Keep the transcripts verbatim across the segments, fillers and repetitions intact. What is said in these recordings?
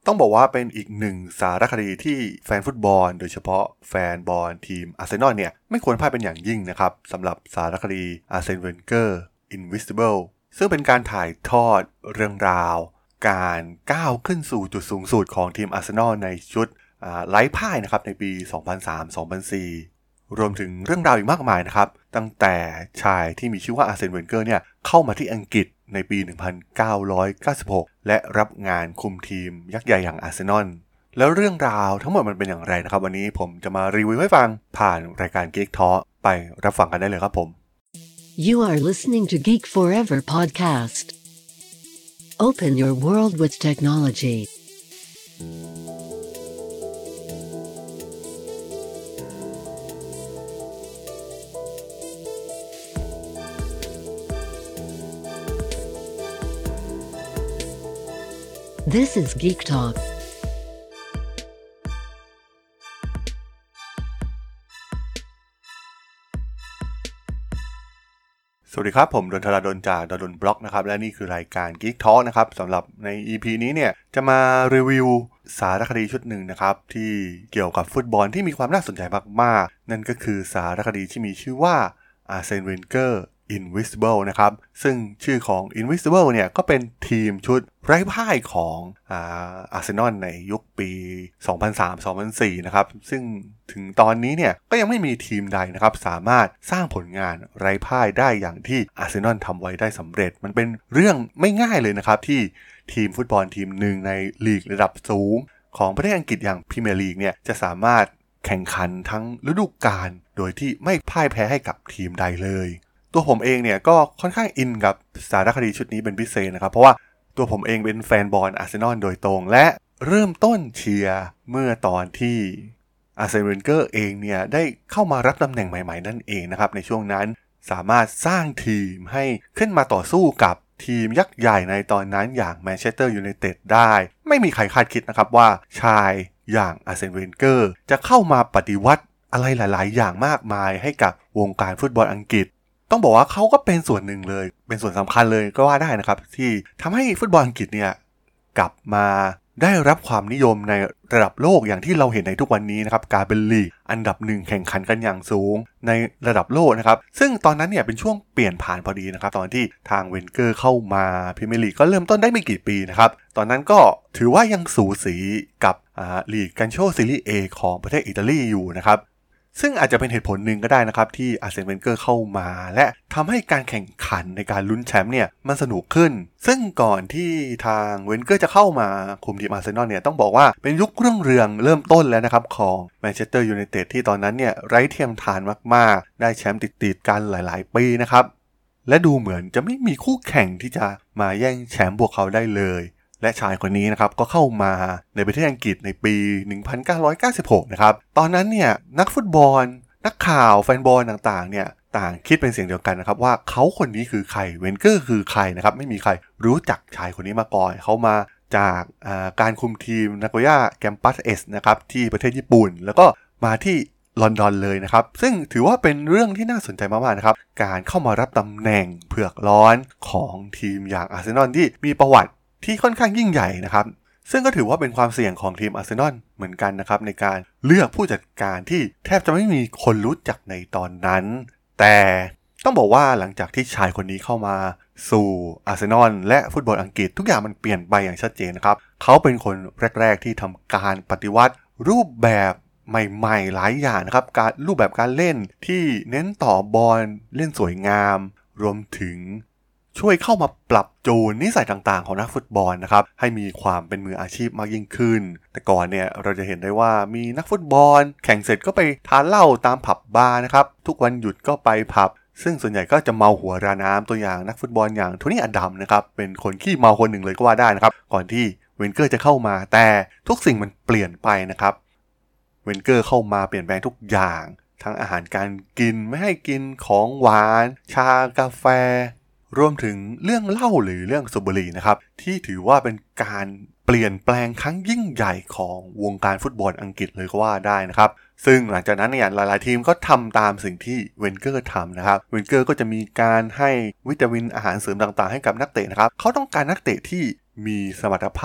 ต้องบอกว่าเป็นอีกหนึ่งสารคดีที่แฟนฟุตบอลโดยเฉพาะแฟนบอลทีมอาร์เซนอลเนี่ยไม่ควรพลาดเป็นอย่างยิ่งนะครับสำหรับสารคดีอาร์เซนเวนเกอร์ Invincible ซึ่งเป็นการถ่ายทอดเรื่องราวการก้าวขึ้นสู่จุดสูงสุดของทีมอาร์เซนอลในชุดไร้พ่ายนะครับในปี สองพันสาม สองพันสี่ รวมถึงเรื่องราวอีกมากมายนะครับตั้งแต่ชายที่มีชื่อว่าอาร์เซนเวนเกอร์เนี่ยเข้ามาที่อังกฤษในปี หนึ่งพันเก้าร้อยเก้าสิบหก และรับงานคุมทีมยักษ์ใหญ่อย่างอาร์เซนอลแล้วเรื่องราวทั้งหมดมันเป็นอย่างไรนะครับวันนี้ผมจะมารีวิวให้ฟังผ่านรายการ Geek Talk ไปรับฟังกันได้เลยครับผม You are listening to Geek Forever podcast. Open your world with technology. This is Geek Talk. สวัสดีครับผมดลธราดลจากดลบล็อกนะครับและนี่คือรายการ Geek Talk นะครับสำหรับใน อี พี นี้เนี่ยจะมารีวิวสารคดีชุดหนึ่งนะครับที่เกี่ยวกับฟุตบอลที่มีความน่าสนใจมากๆนั่นก็คือสารคดีที่มีชื่อว่า Arsene Wenger Invincible นะครับซึ่งชื่อของ Invincible เนี่ยก็เป็นทีมชุดไร้พ่ายของอ่าอาร์เซนอลในยุคปี สองพันสาม สองพันสี่ นะครับซึ่งถึงตอนนี้เนี่ยก็ยังไม่มีทีมใดนะครับสามารถสร้างผลงานไร้พ่ายได้อย่างที่อาร์เซนอลทำไว้ได้สำเร็จมันเป็นเรื่องไม่ง่ายเลยนะครับที่ทีมฟุตบอลทีมหนึ่งในลีกระดับสูงของประเทศอังกฤษอย่างพรีเมียร์ลีกเนี่ยจะสามารถแข่งขันทั้งฤดูกาลโดยที่ไม่พ่ายแพ้ให้กับทีมใดเลยตัวผมเองเนี่ยก็ค่อนข้างอินกับสารคดีชุดนี้เป็นพิเศษนะครับเพราะว่าตัวผมเองเป็นแฟนบอลอาร์เซนอลโดยตรงและเริ่มต้นเชียร์เมื่อตอนที่อาร์เซนเวนเกอร์เองเนี่ยได้เข้ามารับตำแหน่งใหม่ๆนั่นเองนะครับในช่วงนั้นสามารถสร้างทีมให้ขึ้นมาต่อสู้กับทีมยักษ์ใหญ่ในตอนนั้นอย่างแมนเชสเตอร์ยูไนเต็ดได้ไม่มีใครคาดคิดนะครับว่าชายอย่างอาร์เซนเวนเกอร์จะเข้ามาปฏิวัติอะไรหลายๆอย่างมากมายให้กับวงการฟุตบอลอังกฤษต้องบอกว่าเขาก็เป็นส่วนหนึ่งเลยเป็นส่วนสำคัญเลยก็ว่าได้นะครับที่ทำให้ฟุตบอลอังกฤษเนี่ยกลับมาได้รับความนิยมในระดับโลกอย่างที่เราเห็นในทุกวันนี้นะครับการเป็นลีกอันดับหนึ่งแข่งขันกันอย่างสูงในระดับโลกนะครับซึ่งตอนนั้นเนี่ยเป็นช่วงเปลี่ยนผ่านพอดีนะครับตอนที่ทางเวนเกอร์เข้ามาพรีเมียร์ลีกก็เริ่มต้นได้ไม่กี่ปีนะครับตอนนั้นก็ถือว่ายังสูสีกับอ่าลีกกันโชซีรีส์ A ของประเทศอิตาลีอยู่นะครับซึ่งอาจจะเป็นเหตุผลหนึ่งก็ได้นะครับที่อาร์เซนเวนเกอร์เข้ามาและทำให้การแข่งขันในการลุ้นแชมป์เนี่ยมันสนุกขึ้นซึ่งก่อนที่ทางเวนเกอร์จะเข้ามาคุมทีมอาร์เซนอลเนี่ยต้องบอกว่าเป็นยุครุ่งเรืองเริ่มต้นแล้วนะครับของแมนเชสเตอร์ยูไนเต็ดที่ตอนนั้นเนี่ยไร้เทียมทานมากๆได้แชมป์ติดๆกันหลายๆปีนะครับและดูเหมือนจะไม่มีคู่แข่งที่จะมาแย่งแชมป์พวกเขาได้เลยและชายคนนี้นะครับก็เข้ามาในประเทศอังกฤษในปี หนึ่งพันเก้าร้อยเก้าสิบหก นะครับตอนนั้นเนี่ยนักฟุตบอลนักข่าวแฟนบอลต่างๆเนี่ยต่างคิดเป็นเสียงเดียวกันนะครับว่าเขาคนนี้คือใครเวนเกอร์คือใครนะครับไม่มีใครรู้จักชายคนนี้มาก่อนเขามาจากการคุมทีมนาโกย่าแกมปัสเอสนะครับที่ประเทศญี่ปุ่นแล้วก็มาที่ลอนดอนเลยนะครับซึ่งถือว่าเป็นเรื่องที่น่าสนใจมากๆนะครับการเข้ามารับตำแหน่งเผือกร้อนของทีมอย่างอาร์เซนอลที่มีประวัติที่ค่อนข้างยิ่งใหญ่นะครับซึ่งก็ถือว่าเป็นความเสี่ยงของทีมอาร์เซนอลเหมือนกันนะครับในการเลือกผู้จัดการที่แทบจะไม่มีคนรู้จักในตอนนั้นแต่ต้องบอกว่าหลังจากที่ชายคนนี้เข้ามาสู่อาร์เซนอลและฟุตบอลอังกฤษทุกอย่างมันเปลี่ยนไปอย่างชัดเจนนะครับเขาเป็นคนแรกๆที่ทำการปฏิวัติรูปแบบใหม่ๆหลายอย่างนะครับการรูปแบบการเล่นที่เน้นต่อบอลเล่นสวยงามรวมถึงช่วยเข้ามาปรับจูนนิสัยต่างๆของนักฟุตบอลนะครับให้มีความเป็นมืออาชีพมากยิ่งขึ้นแต่ก่อนเนี่ยเราจะเห็นได้ว่ามีนักฟุตบอลแข่งเสร็จก็ไปทานเหล้าตามผับบาร์นะครับทุกวันหยุดก็ไปผับซึ่งส่วนใหญ่ก็จะเมาหัวราน้ำตัวอย่างนักฟุตบอลอย่างโทนี่อดัมนะครับเป็นคนขี้เมาคนหนึ่งเลยก็ว่าได้นะครับก่อนที่เวนเกอร์จะเข้ามาแต่ทุกสิ่งมันเปลี่ยนไปนะครับเวนเกอร์เข้ามาเปลี่ยนแปลงทุกอย่างทั้งอาหารการกินไม่ให้กินของหวานชากาแฟรวมถึงเรื่องเล่าหรือเรื่องสูบบุหรี่นะครับที่ถือว่าเป็นการเปลี่ยนแปลงครั้งยิ่งใหญ่ของวงการฟุตบอลอังกฤษเลยก็ว่าได้นะครับซึ่งหลังจากนั้นเนี่ยหลายๆทีมก็ทำตามสิ่งที่เวนเกอร์ทำนะครับเวนเกอร์ก็จะมีการให้วิตามินอาหารเสริมต่างๆให้กับนักเตะนะครับเขาต้องการนักเตะที่มีสมรรถภาพ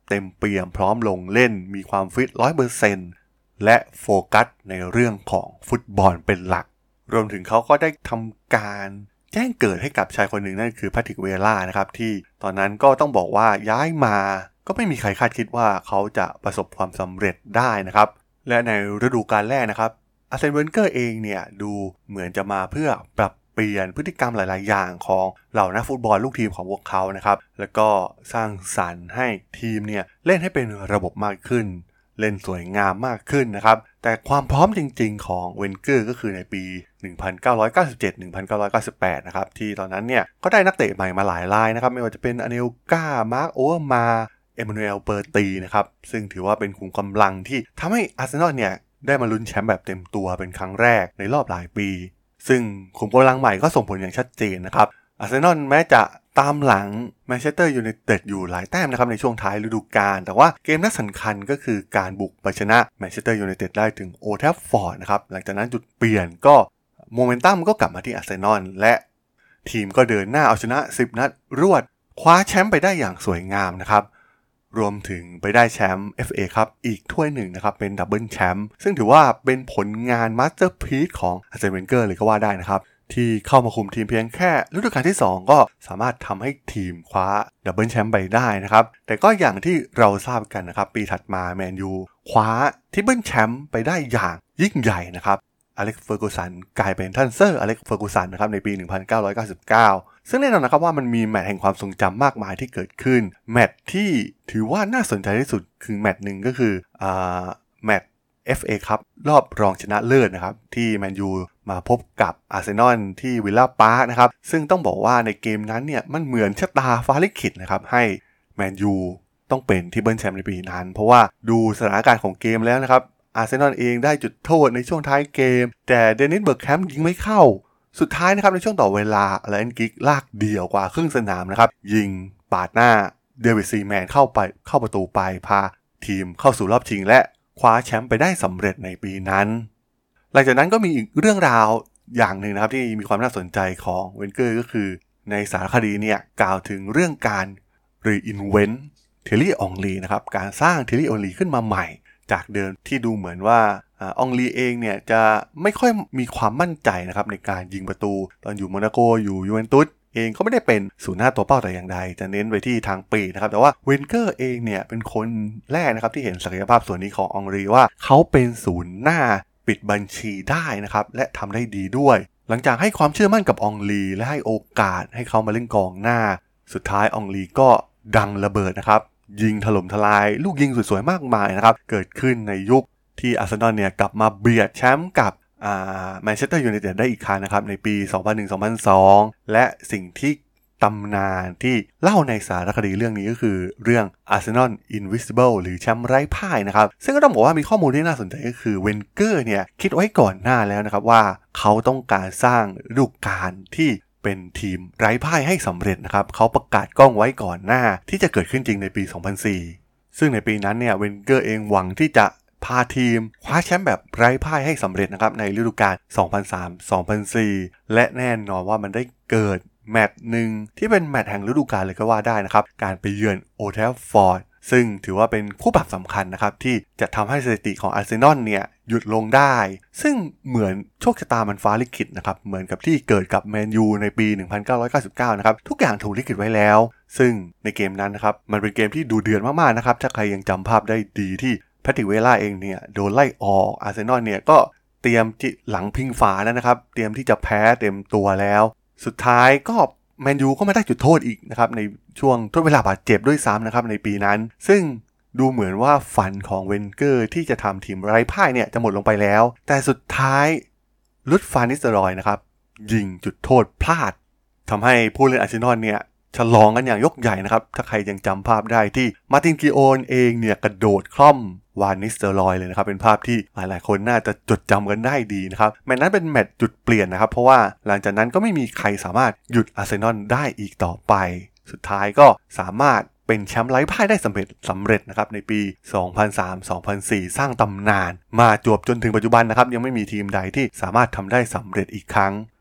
เต็มเปี่ยมพร้อมลงเล่นมีความฟิต ร้อยเปอร์เซ็นต์ และโฟกัสในเรื่องของฟุตบอลเป็นหลักรวมถึงเขาก็ได้ทำการแจ้งเกิดให้กับชายคนหนึ่งนั่นคือแพทริกเวล่านะครับที่ตอนนั้นก็ต้องบอกว่าย้ายมาก็ไม่มีใครคาดคิดว่าเขาจะประสบความสำเร็จได้นะครับและในฤดูกาลแรกนะครับอาร์เซน เวนเกอร์เองเนี่ยดูเหมือนจะมาเพื่อปรับเปลี่ยนพฤติกรรมหลายๆอย่างของเหล่านักฟุตบอลลูกทีมของพวกเขานะครับแล้วก็สร้างสรรค์ให้ทีมเนี่ยเล่นให้เป็นระบบมากขึ้นเล่นสวยงามมากขึ้นนะครับแต่ความพร้อมจริงๆของเวนเกอร์ก็คือในปี หนึ่งพันเก้าร้อยเก้าสิบเจ็ด หนึ่งพันเก้าร้อยเก้าสิบแปด นะครับที่ตอนนั้นเนี่ยก็ได้นักเตะใหม่มาหลายรายนะครับไม่ว่าจะเป็นอเนลกามาร์คโอเวอร์มาเอมานูเอลเปอร์ตีนะครับซึ่งถือว่าเป็นขุมกำลังที่ทำให้อาร์เซนอลเนี่ยได้มาลุ้นแชมป์แบบเต็มตัวเป็นครั้งแรกในรอบหลายปีซึ่งขุมกำลังใหม่ก็ส่งผลอย่างชัดเจนนะครับอาร์เซนอลแม้จะตามหลังแมนเชสเตอร์ยูไนเต็ดอยู่หลายแต้มนะครับในช่วงท้ายฤดูกาลแต่ว่าเกมนัดสำคัญก็คือการบุกไปชนะแมนเชสเตอร์ยูไนเต็ดได้ถึงโอลด์แทรฟฟอร์ดนะครับหลังจากนั้นจุดเปลี่ยนก็โมเมนตัมก็กลับมาที่อาร์เซนอลและทีมก็เดินหน้าเอาชนะสิบนัดรวดคว้าแชมป์ไปได้อย่างสวยงามนะครับรวมถึงไปได้แชมป์ เอฟ เอ ครับอีกถ้วยหนึ่งนะครับเป็นดับเบิลแชมป์ซึ่งถือว่าเป็นผลงานมาสเตอร์พีซของอาร์เซน เวนเกอร์เลยก็ว่าได้นะครับที่เข้ามาคุมทีมเพียงแค่ฤดูกาลที่สองก็สามารถทำให้ทีมคว้าดับเบิลแชมป์ไปได้นะครับแต่ก็อย่างที่เราทราบกันนะครับปีถัดมาแมนยูคว้าทริปเปิลแชมป์ไปได้อย่างยิ่งใหญ่นะครับอเล็กซ์เฟอร์กูสันกลายเป็นท่านเซอร์อเล็กซ์เฟอร์กูสันนะครับในปี หนึ่งพันเก้าร้อยเก้าสิบเก้า ซึ่งแน่นอนนะครับว่ามันมีแมตช์แห่งความทรงจำมากมายที่เกิดขึ้นแมตช์ที่ถือว่าน่าสนใจที่สุดคือแมตช์หนึ่งก็คืออ่าแมตช์เอฟ เอ ครับรอบรองชนะเลิศนะครับที่แมนยูมาพบกับอาร์เซนอลที่วิลล่าพาร์คนะครับซึ่งต้องบอกว่าในเกมนั้นเนี่ยมันเหมือนชะตาฟ้าลิขิตนะครับให้แมนยูต้องเป็นที่เบิลแชมป์ในปีนั้นเพราะว่าดูสถานการณ์ของเกมแล้วนะครับอาร์เซนอลเองได้จุดโทษในช่วงท้ายเกมแต่เดนิสเบิร์กแคมป์ยิงไม่เข้าสุดท้ายนะครับในช่วงต่อเวลาแลนกิกลากเดี่ยวกว่าครึ่งสนามนะครับยิงปาดหน้าเดวิดซีแมนเข้าไปเข้าประตูไปพาทีมเข้าสู่รอบชิงและคว้าแชมป์ไปได้สำเร็จในปีนั้นหลังจากนั้นก็มีอีกเรื่องราวอย่างหนึ่งนะครับที่มีความน่าสนใจของเวนเกอร์ก็คือในสารคดีเนี่ยกล่าวถึงเรื่องการ reinvent เทลลี่อองลีนะครับการสร้างเทลลี่อองลีขึ้นมาใหม่จากเดิมที่ดูเหมือนว่าอองลีเองเนี่ยจะไม่ค่อยมีความมั่นใจนะครับในการยิงประตูตอนอยู่โมนาโกอยู่ยูเวนตุสเองเขาไม่ได้เป็นศูนย์หน้าตัวเป้าแต่อย่างใดจะเน้นไปที่ทางปีกนะครับแต่ว่าเวนเกอร์เองเนี่ยเป็นคนแรกนะครับที่เห็นศักยภาพส่วนนี้ของอองลีว่าเขาเป็นศูนย์หน้าปิดบัญชีได้นะครับและทำได้ดีด้วยหลังจากให้ความเชื่อมั่นกับอองลีและให้โอกาสให้เขามาเล่นกองหน้าสุดท้ายอองลีก็ดังระเบิดนะครับยิงถล่มทลายลูกยิงสวยๆมากมายนะครับเกิดขึ้นในยุคที่อาร์เซนอลเนี่ยกลับมาเบียดแชมป์กับแมนเชสเตอร์ยูไนเต็ดได้อีกครั้งนะครับในปี สองพันหนึ่ง สองพันสอง และสิ่งที่ตำนานที่เล่าในสารคดีเรื่องนี้ก็คือเรื่อง Arsenal Invisible หรือแชมป์ไร้พ่ายนะครับซึ่งก็ต้องบอกว่ามีข้อมูลที่น่าสนใจก็คือเวนเกอร์เนี่ยคิดไว้ก่อนหน้าแล้วนะครับว่าเขาต้องการสร้างฤดูกาลที่เป็นทีมไร้พ่ายให้สำเร็จนะครับเขาประกาศกล้องไว้ก่อนหน้าที่จะเกิดขึ้นจริงในปี สองพันสี่ ซึ่งในปีนั้นเนี่ยเวนเกอร์เองหวังที่จะพาทีมคว้าแชมป์แบบไร้พ่ายให้สำเร็จนะครับในฤดูกาล สองพันสาม สองพันสี่ และแน่นอนว่ามันได้เกิดแมตช์หนึ่งที่เป็นแมตช์แห่งฤดูกาลเลยก็ว่าได้นะครับการไปเยือนโอลด์แทรฟฟอร์ดซึ่งถือว่าเป็นคู่ปรับสำคัญนะครับที่จะทำให้สถิติของอาร์เซนอลเนี่ยหยุดลงได้ซึ่งเหมือนโชคชะตามันฟ้าลิขิตนะครับเหมือนกับที่เกิดกับแมนยูในปี หนึ่งพันเก้าร้อยเก้าสิบเก้า นะครับทุกอย่างถูกลิขิตไว้แล้วซึ่งในเกมนั้นนะครับมันเป็นเกมที่ดูเดือดมากๆนะครับถ้าใครยังจำภาพได้ดีที่แพทริกเวล่าเองเนี่ยโดนไล่ออกอาร์เซนอลเนี่ยก็เตรียมหลังพิงฝาแล้วนะครับเตรียมที่จะแพ้เต็มตัวแล้วสุดท้ายก็แมนยูก็ไม่ได้จุดโทษอีกนะครับในช่วงทดเวลาบาดเจ็บด้วยซ้ำนะครับในปีนั้นซึ่งดูเหมือนว่าฝันของเวนเกอร์ที่จะทำทีมไร้พ่ายเนี่ยจะหมดลงไปแล้วแต่สุดท้ายลุดฟานิสเตอรอยนะครับยิงจุดโทษพลาดทำให้ผู้เล่นอาร์เซนอลเนี่ยฉลองกันอย่างยกใหญ่นะครับถ้าใครยังจำภาพได้ที่มาร์ตินกิโอนเองเนี่ยกระโดดคล่อมวานิสเตอรอยเลยนะครับเป็นภาพที่หลายๆคนน่าจะจดจำกันได้ดีนะครับแมตช์นั้นเป็นแมตช์จุดเปลี่ยนนะครับเพราะว่าหลังจากนั้นก็ไม่มีใครสามารถหยุดอาร์เซนอลได้อีกต่อไปสุดท้ายก็สามารถเป็นแชมป์ไร้พ่ายได้สำเร็จสำเร็จนะครับในปี สองพันสาม สองพันสี่ สร้างตำนานมาจวบจนถึงปัจจุบันนะครับยังไม่มีทีมใดที่สามารถทำได้สำเร็จอีกครั้ง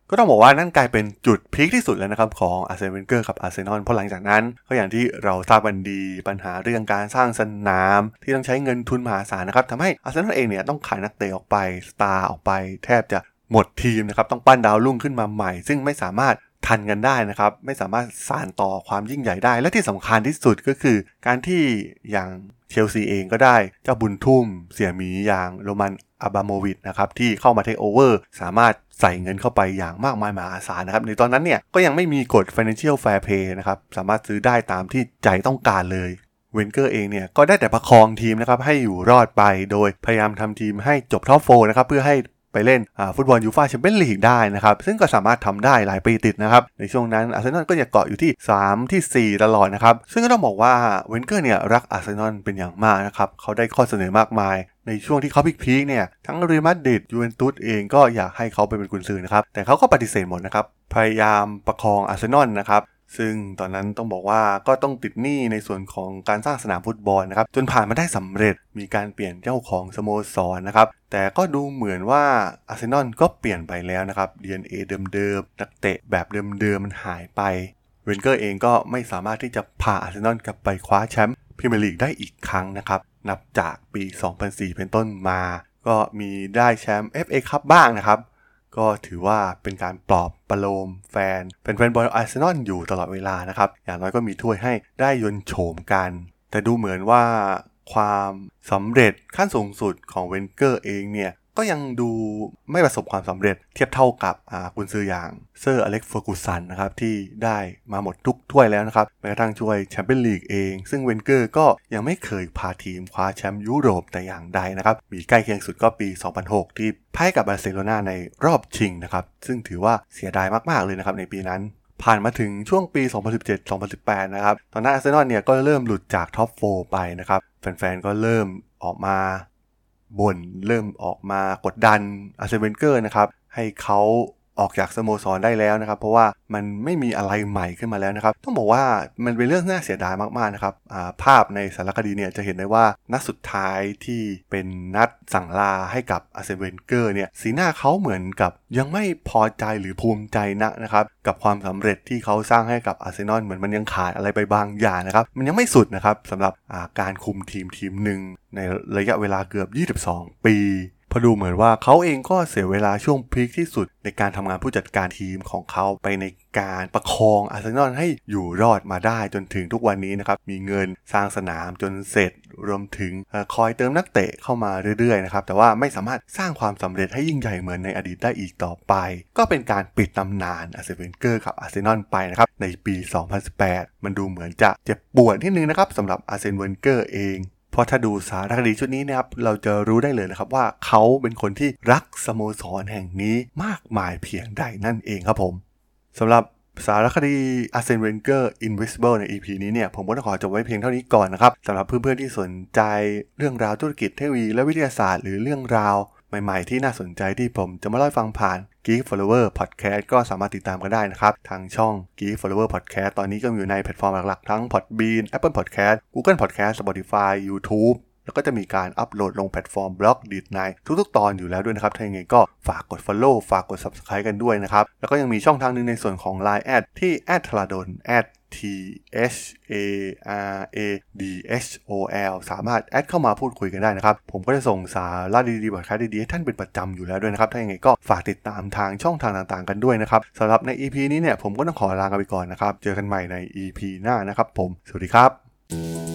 ก็ต้องบอกว่านั่นกลายเป็นจุดพีคที่สุดแล้วนะครับของอาร์เซน Wenger กับอาร์เซนอลเพราะหลังจากนั้นก็อย่างที่เราทราบกันดีปัญหาเรื่องการสร้างสนามที่ต้องใช้เงินทุนมหาศาลนะครับทำให้อาร์เซนอลเองเนี่ยต้องขายนักเตะออกไปสตาร์ออกไปแทบจะหมดทีมนะครับต้องปั้นดาวรุ่งขึ้นมาใหม่ซึ่งไม่สามารถทันกันได้นะครับไม่สามารถสานต่อความยิ่งใหญ่ได้และที่สำคัญที่สุดก็คือการที่อย่างเชลซีเองก็ได้เจ้าบุญทุ่มเสี่ยหมีอย่างโรมันอาบราโมวิชนะครับที่เข้ามาเทคโอเวอร์สามารถใส่เงินเข้าไปอย่างมากมายมหาศาลนะครับในตอนนั้นเนี่ยก็ยังไม่มีกฎ Financial Fair Play นะครับสามารถซื้อได้ตามที่ใจต้องการเลยเวนเกอร์เองเนี่ยก็ได้แต่ประคองทีมนะครับให้อยู่รอดไปโดยพยายามทำทีมให้จบท็อปโฟร์นะครับเพื่อให้ไปเล่นฟุตบอลยูฟ่าแชมเปี้ยนลีกได้นะครับซึ่งก็สามารถทำได้หลายปีติดนะครับในช่วงนั้นอาร์เซนอลก็จะเกาะอยู่ที่สามที่สี่ตลอดนะครับซึ่งก็ต้องบอกว่าเวนเกอร์เนี่ยรักอาร์เซนอลเป็นอย่างมากนะครับเขาได้ข้อเสนอมากมายในช่วงที่เขาพีคๆเนี่ยทั้งเรอัลมาดริดยูเวนตุสเองก็อยากให้เขาไปเป็นกุนซือนะครับแต่เขาก็ปฏิเสธหมดนะครับพยายามประคองอาร์เซนอลนะครับซึ่งตอนนั้นต้องบอกว่าก็ต้องติดหนี้ในส่วนของการสร้างสนามฟุตบอลนะครับจนผ่านมาได้สำเร็จมีการเปลี่ยนเจ้าของสโมสรนะครับแต่ก็ดูเหมือนว่าอาร์เซนอลก็เปลี่ยนไปแล้วนะครับ ดี เอ็น เอ เดิมๆนักเตะแบบเดิมๆมันหายไปเวนเกอร์เองก็ไม่สามารถที่จะพาอาร์เซนอลกลับไปคว้าแชมป์พรีเมียร์ลีกได้อีกครั้งนะครับนับจากปีสองพันสี่เป็นต้นมาก็มีได้แชมป์ เอฟ เอ Cup บ้างนะครับก็ถือว่าเป็นการปลอบประโลมแฟนเป็นแฟนบอลอาร์เซนอลอยู่ตลอดเวลานะครับอย่างน้อยก็มีถ้วยให้ได้ยนต์โฉมกันแต่ดูเหมือนว่าความสำเร็จขั้นสูงสุดของเวนเกอร์เองเนี่ยก็ยังดูไม่ประสบความสำเร็จเทียบเท่ากับกุนซืออย่างเซอร์อเล็กซ์เฟอร์กูสันนะครับที่ได้มาหมดทุกถ้วยแล้วนะครับแม้กระทั่งช่วยแชมเปี้ยนลีกเองซึ่งเวนเกอร์ก็ยังไม่เคยพาทีมคว้าแชมป์ยุโรปแต่อย่างใดนะครับมีใกล้เคียงสุดก็ปีสองพันหกที่พ่ายกับบาร์เซโลนาในรอบชิงนะครับซึ่งถือว่าเสียดายมากๆเลยนะครับในปีนั้นผ่านมาถึงช่วงปี สองพันสิบเจ็ด สองพันสิบแปด นะครับตอนนั้นอาร์เซนอลเนี่ยก็เริ่มหลุดจากท็อปโฟร์ไปนะครับแฟนๆก็เริ่มออกมาบ่นเริ่มออกมากดดันอาร์เซนเวนเกอร์นะครับให้เขาออกจากสโมสรได้แล้วนะครับเพราะว่ามันไม่มีอะไรใหม่ขึ้นมาแล้วนะครับต้องบอกว่ามันเป็นเรื่องน่าเสียดายมากๆนะครับภาพในสารคดีเนี่ยจะเห็นได้ว่านัดสุดท้ายที่เป็นนัดสั่งลาให้กับอาร์เซนเวนเกอร์เนี่ยสีหน้าเขาเหมือนกับยังไม่พอใจหรือภูมิใจนักนะครับกับความสำเร็จที่เขาสร้างให้กับอาร์เซนอลเหมือนมันยังขาดอะไรไปบางอย่างนะครับมันยังไม่สุดนะครับสำหรับการคุมทีมทีมหนึ่งในระยะเวลาเกือบยี่สิบสองปีพอดูเหมือนว่าเขาเองก็เสียเวลาช่วงพีคที่สุดในการทำงานผู้จัดการทีมของเขาไปในการประคองอาร์เซนอลให้อยู่รอดมาได้จนถึงทุกวันนี้นะครับมีเงินสร้างสนามจนเสร็จรวมถึงคอยเติมนักเตะเข้ามาเรื่อยๆนะครับแต่ว่าไม่สามารถสร้างความสำเร็จให้ยิ่งใหญ่เหมือนในอดีตได้อีกต่อไปก็เป็นการปิดตำนานอาร์เซนเวนเกอร์กับอาร์เซนอลไปนะครับในปีสองพันสิบแปดมันดูเหมือนจะเจ็บปวดนิดนึงนะครับสำหรับอาร์เซนเวนเกอร์เองเพราะถ้าดูสารคดีชุดนี้นะครับเราจะรู้ได้เลยนะครับว่าเขาเป็นคนที่รักสโมสรแห่งนี้มากมายเพียงใดนั่นเองครับผมสำหรับสารคดี Arsene Wenger Invisible ใน อี พี นี้เนี่ยผมก็ต้องขอจบไว้เพียงเท่านี้ก่อนนะครับสำหรับเพื่อนๆที่สนใจเรื่องราวธุรกิจเทคโนโลยีและวิทยาศาสตร์หรือเรื่องราวใหม่ๆที่น่าสนใจที่ผมจะมาเล่าให้ฟังผ่าน Geek Flower Podcast ก็สามารถติดตามกันได้นะครับทางช่อง Geek Flower Podcast ตอนนี้ก็อยู่ในแพลตฟอร์มหลักๆทั้ง Podbean Apple Podcast Google Podcast Spotify YouTube แล้วก็จะมีการอัปโหลดลงแพลตฟอร์มบล็อกดิดในทุกๆตอนอยู่แล้วด้วยนะครับถ้าอย่างไรก็ฝากกด Follow ฝากกด Subscribe กันด้วยนะครับแล้วก็ยังมีช่องทางนึงในส่วนของ ไลน์ แอดที่ แอท ทราดล แอท ที เอช เอ อาร์ เอ ดี เอช โอ แอล สามารถแอดเข้ามาพูดคุยกันได้นะครับผมก็จะส่งสาระดีๆบทความดีๆให้ท่านเป็นประจำอยู่แล้วด้วยนะครับถ้าอย่างไรก็ฝากติดตามทางช่องทางต่างๆกันด้วยนะครับสำหรับใน อี พี นี้เนี่ยผมก็ต้องขอลากันไปก่อนนะครับเจอกันใหม่ใน อี พี หน้านะครับผมสวัสดีครับ